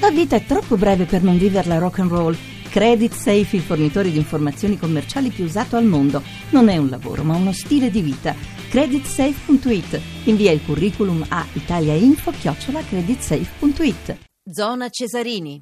La vita è troppo breve per non viverla rock and roll. Credit Safe, il fornitore di informazioni commerciali più usato al mondo. Non è un lavoro, ma uno stile di vita. Creditsafe.it. Invia il curriculum a italiainfo@creditsafe.it. Zona Cesarini.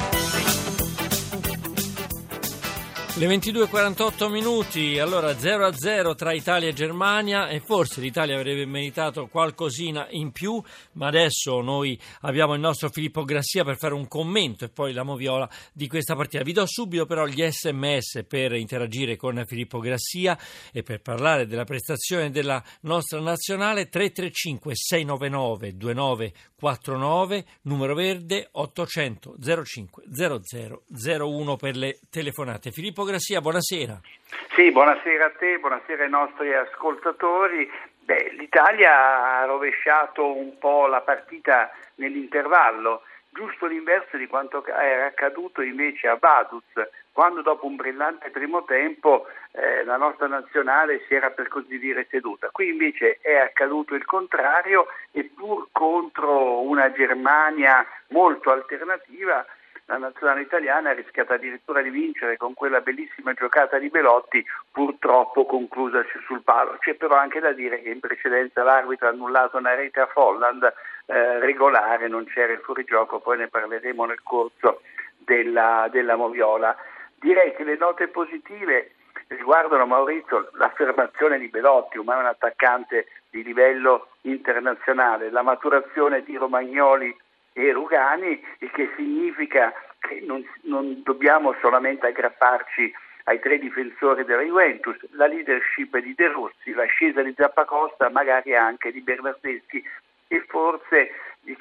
Le 22:48 minuti, allora 0-0 tra Italia e Germania, e forse l'Italia avrebbe meritato qualcosina in più, ma adesso noi abbiamo il nostro Filippo Grassia per fare un commento e poi la moviola di questa partita. Vi do subito però gli SMS per interagire con Filippo Grassia e per parlare della prestazione della nostra nazionale. 335 699 2949, numero verde 800 05 00 01 per le telefonate. Filippo Grassia, buonasera. Sì, buonasera a te, buonasera ai nostri ascoltatori. L'Italia ha rovesciato un po' la partita nell'intervallo, giusto l'inverso di quanto era accaduto invece a Vaduz, quando dopo un brillante primo tempo la nostra nazionale si era per così dire seduta. Qui invece è accaduto il contrario, e pur contro una Germania molto alternativa, la nazionale italiana ha rischiato addirittura di vincere con quella bellissima giocata di Belotti, purtroppo conclusasi sul palo. C'è però anche da dire che in precedenza l'arbitro ha annullato una rete a Folland regolare, non c'era il fuorigioco, poi ne parleremo nel corso della moviola. Direi che le note positive riguardano, Maurizio, l'affermazione di Belotti, ormai un attaccante di livello internazionale, la maturazione di Romagnoli e Rugani, il che significa che non dobbiamo solamente aggrapparci ai tre difensori della Juventus, la leadership di De Rossi, l'ascesa di Zappacosta, magari anche di Bernardeschi, e forse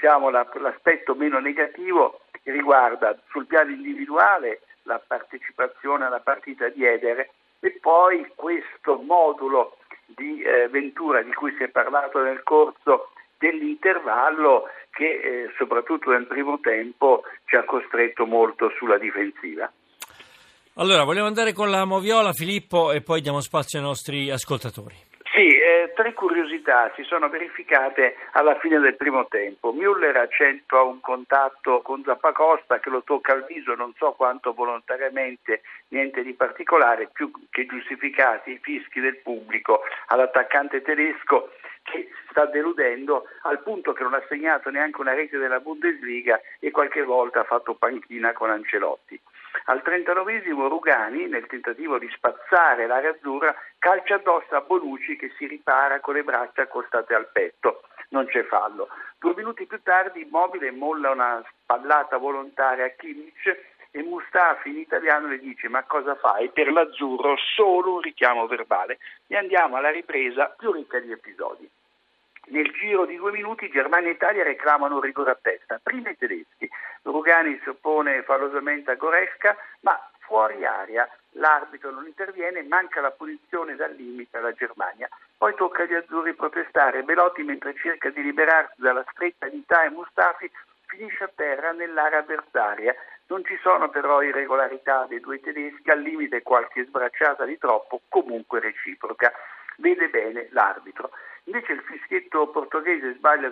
l'aspetto meno negativo riguarda sul piano individuale la partecipazione alla partita di Eder, e poi questo modulo di Ventura di cui si è parlato nel corso dell'intervallo, che soprattutto nel primo tempo ci ha costretto molto sulla difensiva. Allora, volevo andare con la moviola, Filippo, e poi diamo spazio ai nostri ascoltatori. Sì, tre curiosità si sono verificate alla fine del primo tempo. Müller accentua un contatto con Zappacosta che lo tocca al viso, non so quanto volontariamente, niente di particolare, più che giustificati i fischi del pubblico all'attaccante tedesco, che sta deludendo al punto che non ha segnato neanche una rete della Bundesliga e qualche volta ha fatto panchina con Ancelotti. Al 39esimo Rugani, nel tentativo di spazzare l'area azzurra, calcia addosso a Bonucci che si ripara con le braccia accostate al petto. Non c'è fallo. 2 minuti più tardi Immobile molla una spallata volontaria a Kimmich e Mustafi in italiano le dice: ma cosa fai? Per l'azzurro solo un richiamo verbale. E andiamo alla ripresa più ricca di episodi. Nel giro di 2 minuti Germania e Italia reclamano un rigore a testa. Prima i tedeschi. Rugani si oppone falosamente a Goretzka, ma fuori area l'arbitro non interviene, manca la punizione dal limite alla Germania. Poi tocca agli azzurri protestare. Belotti, mentre cerca di liberarsi dalla stretta di Tah e Mustafi, finisce a terra nell'area avversaria. Non ci sono però irregolarità dei due tedeschi, al limite qualche sbracciata di troppo, comunque reciproca. Vede bene l'arbitro. Invece il fischietto portoghese sbaglia al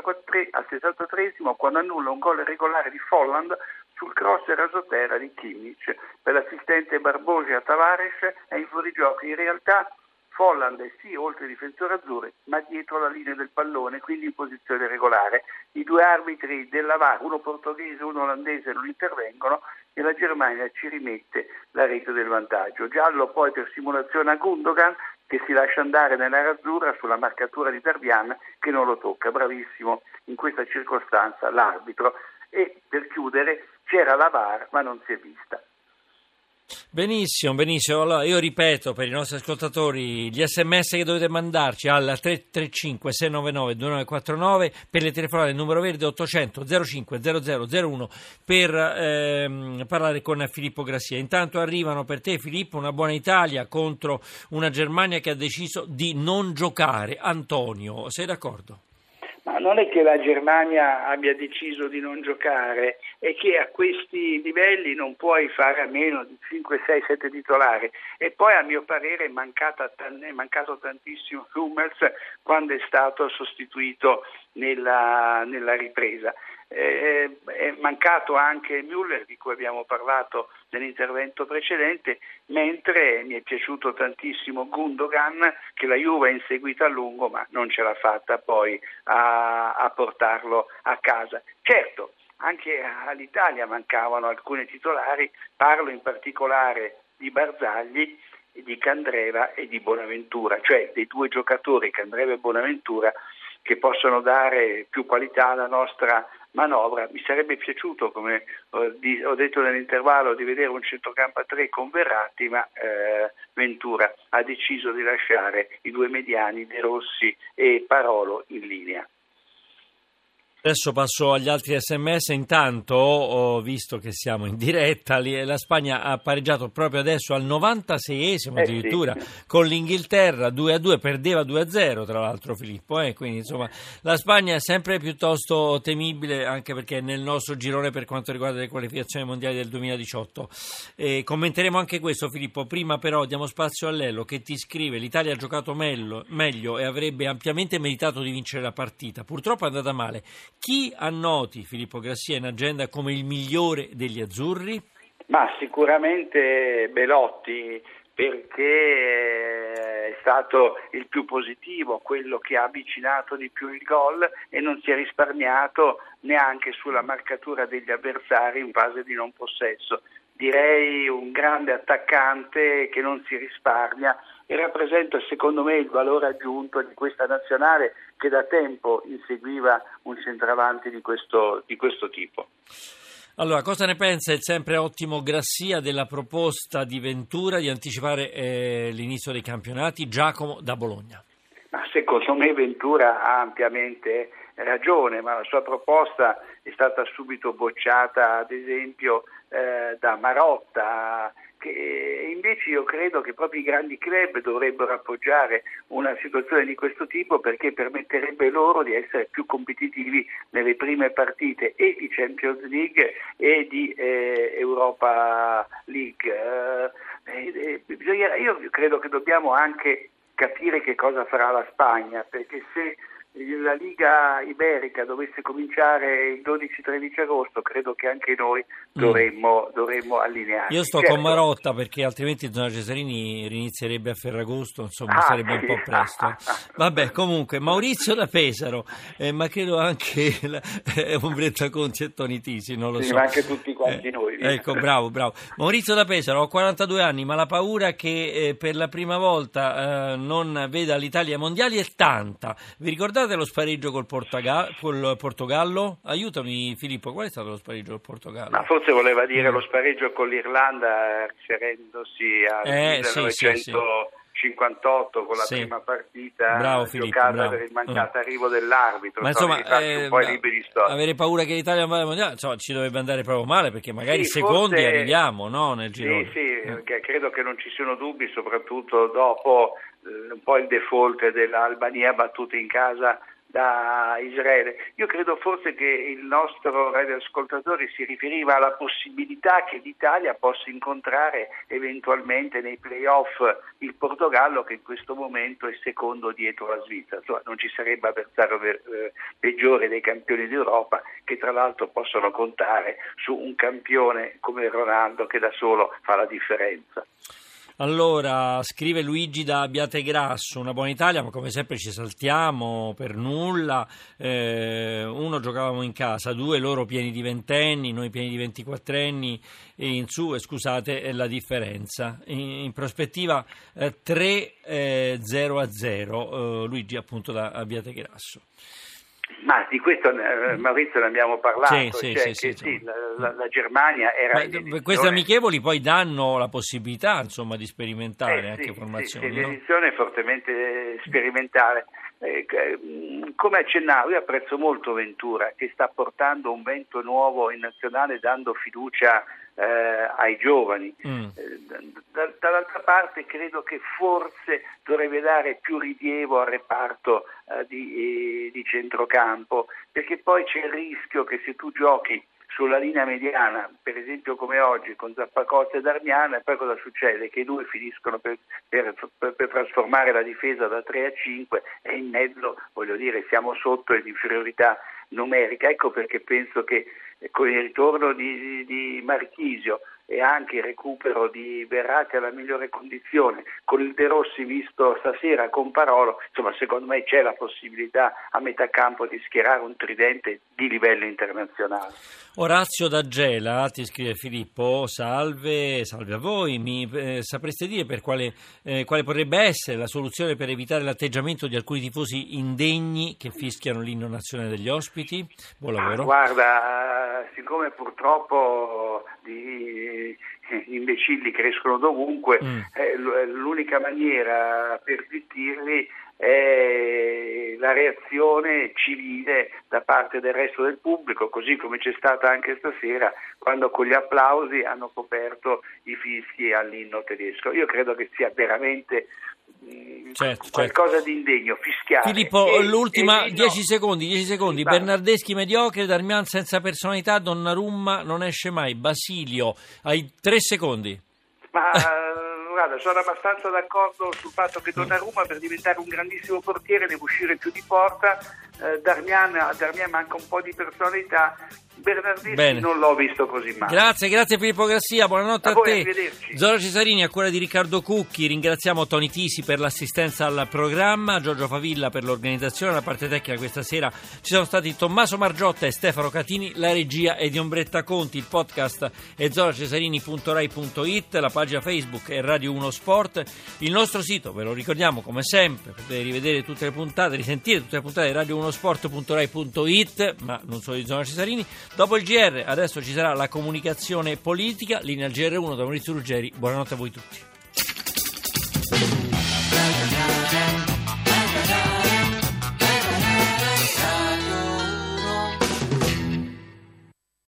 63esimo quando annulla un gol regolare di Folland sul cross rasoterra di Kimmich. Per l'assistente Barbosa Tavares è in fuorigioco. In realtà Folland è sì oltre i difensori azzurri, ma dietro la linea del pallone, quindi in posizione regolare. I due arbitri della VAR, uno portoghese e uno olandese, non intervengono e la Germania ci rimette la rete del vantaggio. Giallo poi per simulazione a Gundogan, che si lascia andare nell'area azzurra sulla marcatura di Darmian, che non lo tocca. Bravissimo in questa circostanza l'arbitro. E per chiudere c'era la VAR, ma non si è vista. Benissimo. Allora io ripeto per i nostri ascoltatori gli SMS che dovete mandarci al 335 699 2949, per le telefonate il numero verde 800 05 0001 per parlare con Filippo Grassia. Intanto arrivano per te, Filippo, una buona Italia contro una Germania che ha deciso di non giocare. Antonio, sei d'accordo? Ma non è che la Germania abbia deciso di non giocare, è che a questi livelli non puoi fare a meno di 5, 6, 7 titolari. E poi a mio parere è mancato tantissimo Hummels quando è stato sostituito nella ripresa. mancato anche Müller, di cui abbiamo parlato nell'intervento precedente, mentre mi è piaciuto tantissimo Gundogan, che la Juve ha inseguito a lungo ma non ce l'ha fatta poi a portarlo a casa. Certo, anche all'Italia mancavano alcuni titolari, parlo in particolare di Barzagli, di Candreva e di Bonaventura, cioè dei due giocatori, Candreva e Bonaventura, che possono dare più qualità alla nostra manovra. Mi sarebbe piaciuto, come ho detto nell'intervallo, di vedere un centrocampo a 3 con Verratti, ma Ventura ha deciso di lasciare i due mediani De Rossi e Parolo in linea. Adesso passo agli altri SMS. Intanto ho visto che siamo in diretta, la Spagna ha pareggiato proprio adesso al 96esimo addirittura con l'Inghilterra 2-2, perdeva 2-0 tra l'altro Filippo, quindi insomma la Spagna è sempre piuttosto temibile, anche perché è nel nostro girone per quanto riguarda le qualificazioni mondiali del 2018. Commenteremo anche questo, Filippo. Prima però diamo spazio a Lello, che ti scrive: l'Italia ha giocato meglio e avrebbe ampiamente meritato di vincere la partita, purtroppo è andata male. Chi annoti Filippo Grassia in agenda come il migliore degli azzurri? Ma sicuramente Belotti, perché è stato il più positivo, quello che ha avvicinato di più il gol e non si è risparmiato neanche sulla marcatura degli avversari in fase di non possesso. Direi un grande attaccante che non si risparmia e rappresenta secondo me il valore aggiunto di questa nazionale, che da tempo inseguiva un centravanti di questo tipo. Allora, cosa ne pensa il sempre ottimo Grassia della proposta di Ventura di anticipare l'inizio dei campionati? Giacomo da Bologna. Ma secondo me Ventura ha ampiamente ragione, ma la sua proposta è stata subito bocciata, ad esempio da Marotta, che invece io credo che proprio i grandi club dovrebbero appoggiare una situazione di questo tipo, perché permetterebbe loro di essere più competitivi nelle prime partite e di Champions League e di Europa League. Io credo che dobbiamo anche capire che cosa farà la Spagna, perché se la Liga Iberica dovesse cominciare il 12-13 agosto, credo che anche noi dovremmo allinearci. Io sto con Marotta, perché altrimenti Zona Cesarini inizierebbe a Ferragosto, insomma sarebbe un po' presto. Vabbè, comunque Maurizio da Pesaro, ma credo anche Ombretta Conti e Toni Tisi, non lo so. Ma anche tutti quanti noi. Ecco, bravo. Maurizio da Pesaro, ho 42 anni, ma la paura che per la prima volta non veda l'Italia ai mondiali è tanta. Vi ricordate lo spareggio col Portogallo? Aiutami Filippo, qual è stato lo spareggio col Portogallo? Ma forse voleva dire lo spareggio con l'Irlanda, riferendosi al 1958 con la prima partita giocata per il mancato arrivo dell'arbitro. Ma insomma, un po' i libri di storia. Avere paura che l'Italia vada al mondiale, ci dovrebbe andare proprio male, perché magari secondi forse, arriviamo, no, nel girone. Sì, credo che non ci siano dubbi, soprattutto dopo un po' il default dell'Albania battuta in casa da Israele. Io credo forse che il nostro radioascoltatore si riferiva alla possibilità che l'Italia possa incontrare eventualmente nei play-off il Portogallo, che in questo momento è secondo dietro la Svizzera. Insomma, non ci sarebbe avversario peggiore dei campioni d'Europa, che tra l'altro possono contare su un campione come Ronaldo, che da solo fa la differenza. Allora, scrive Luigi da Abbiategrasso: una buona Italia, ma come sempre ci saltiamo per nulla. 1, giocavamo in casa, 2, loro pieni di ventenni, noi pieni di 24enni, e in su, scusate, è la differenza. In prospettiva 3-0-0, Luigi appunto da Abbiategrasso. Ma di questo Maurizio ne abbiamo parlato, la Germania era queste amichevoli poi danno la possibilità, insomma, di sperimentare anche formazioni. Sì, l'edizione è fortemente sperimentale. Come accennavo, io apprezzo molto Ventura, che sta portando un vento nuovo in nazionale, dando fiducia ai giovani. Dall'altra parte credo che forse dovrebbe dare più rilievo al reparto di centrocampo, perché poi c'è il rischio che se tu giochi sulla linea mediana, per esempio come oggi con Zappacosta e Darmian, e poi cosa succede? Che i due finiscono per trasformare la difesa da 3 a 5 e in mezzo, voglio dire, siamo sotto l'inferiorità numerica. Ecco perché penso che con il ritorno di Marchisio e anche il recupero di Verratti alla migliore condizione, con il De Rossi visto stasera con Parolo, insomma secondo me c'è la possibilità a metà campo di schierare un tridente di livello internazionale. Orazio da Gela ti scrive: Filippo, salve a voi, mi sapreste dire per quale potrebbe essere la soluzione per evitare l'atteggiamento di alcuni tifosi indegni che fischiano l'inno nazionale degli ospiti? Buon lavoro. Guarda, siccome purtroppo gli imbecilli crescono dovunque, l'unica maniera per zittirli è la reazione civile da parte del resto del pubblico, così come c'è stata anche stasera quando con gli applausi hanno coperto i fischi all'inno tedesco. Io credo che sia veramente qualcosa di indegno, fischiare. Filippo, l'ultima, 10 secondi. Sì, Bernardeschi mediocre, Darmian senza personalità, Donnarumma non esce mai, Basilio, hai 3 secondi. Ma guarda, sono abbastanza d'accordo sul fatto che Donnarumma per diventare un grandissimo portiere deve uscire più di porta. Darmian manca un po' di personalità. Bernardeschi non l'ho visto così male. Grazie Filippo Grassia, buonanotte a te. Arrivederci. Zora Cesarini a cura di Riccardo Cucchi, ringraziamo Toni Tisi per l'assistenza al programma, Giorgio Favilla per l'organizzazione, la parte tecnica questa sera ci sono stati Tommaso Margiotta e Stefano Catini, la regia è di Ombretta Conti, il podcast è zoracesarini.rai.it, la pagina Facebook è Radio 1 Sport, il nostro sito, ve lo ricordiamo come sempre, potete rivedere tutte le puntate, risentire tutte le puntate di radio1sport.rai.it, ma non solo di Zona Cesarini. Dopo il GR adesso ci sarà la comunicazione politica, linea al GR1 da Maurizio Ruggeri. Buonanotte a voi tutti.